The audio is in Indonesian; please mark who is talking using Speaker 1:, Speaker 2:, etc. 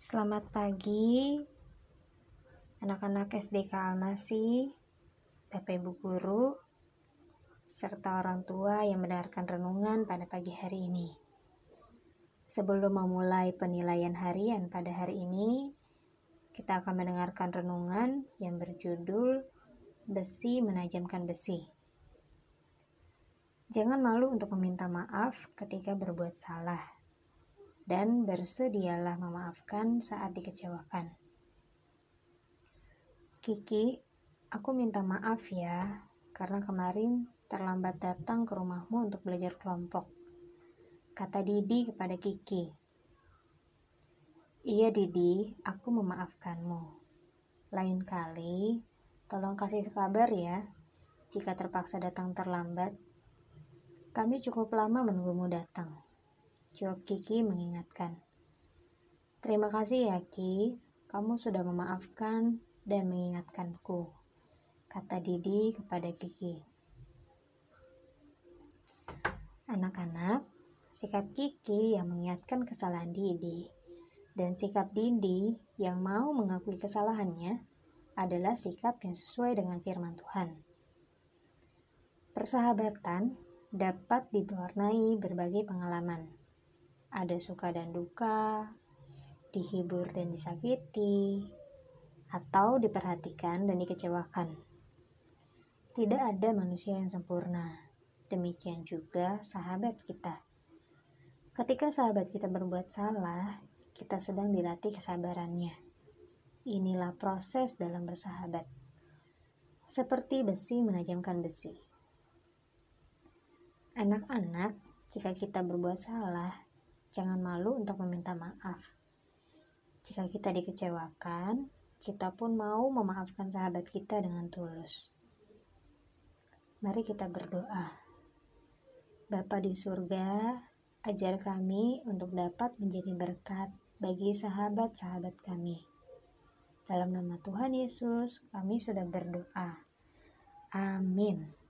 Speaker 1: Selamat pagi, anak-anak SD Almasi, Bapak Ibu Guru, serta orang tua yang mendengarkan renungan pada pagi hari ini. Sebelum memulai penilaian harian pada hari ini, kita akan mendengarkan renungan yang berjudul Besi Menajamkan Besi. Jangan malu untuk meminta maaf ketika berbuat salah, dan bersedialah memaafkan saat dikecewakan. Kiki, aku minta maaf ya, karena kemarin terlambat datang ke rumahmu untuk belajar kelompok, kata Didi kepada Kiki. Iya Didi, aku memaafkanmu. Lain kali, tolong kasih kabar ya, jika terpaksa datang terlambat. Kami cukup lama menunggumu datang, jawab Kiki mengingatkan. Terima kasih ya Ki, kamu sudah memaafkan dan mengingatkanku, kata Didi kepada Kiki. Anak-anak, sikap Kiki yang mengingatkan kesalahan Didi dan sikap Didi yang mau mengakui kesalahannya adalah sikap yang sesuai dengan firman Tuhan. Persahabatan dapat diwarnai berbagai pengalaman. Ada suka dan duka, dihibur dan disakiti, atau diperhatikan dan dikecewakan. Tidak ada manusia yang sempurna. Demikian juga sahabat kita. Ketika sahabat kita berbuat salah, kita sedang dilatih kesabarannya. Inilah proses dalam bersahabat. Seperti besi menajamkan besi. Anak-anak, jika kita berbuat salah, jangan malu untuk meminta maaf. Jika kita dikecewakan, kita pun mau memaafkan sahabat kita dengan tulus. Mari kita berdoa. Bapa di surga, ajar kami untuk dapat menjadi berkat bagi sahabat-sahabat kami. Dalam nama Tuhan Yesus, kami sudah berdoa. Amin.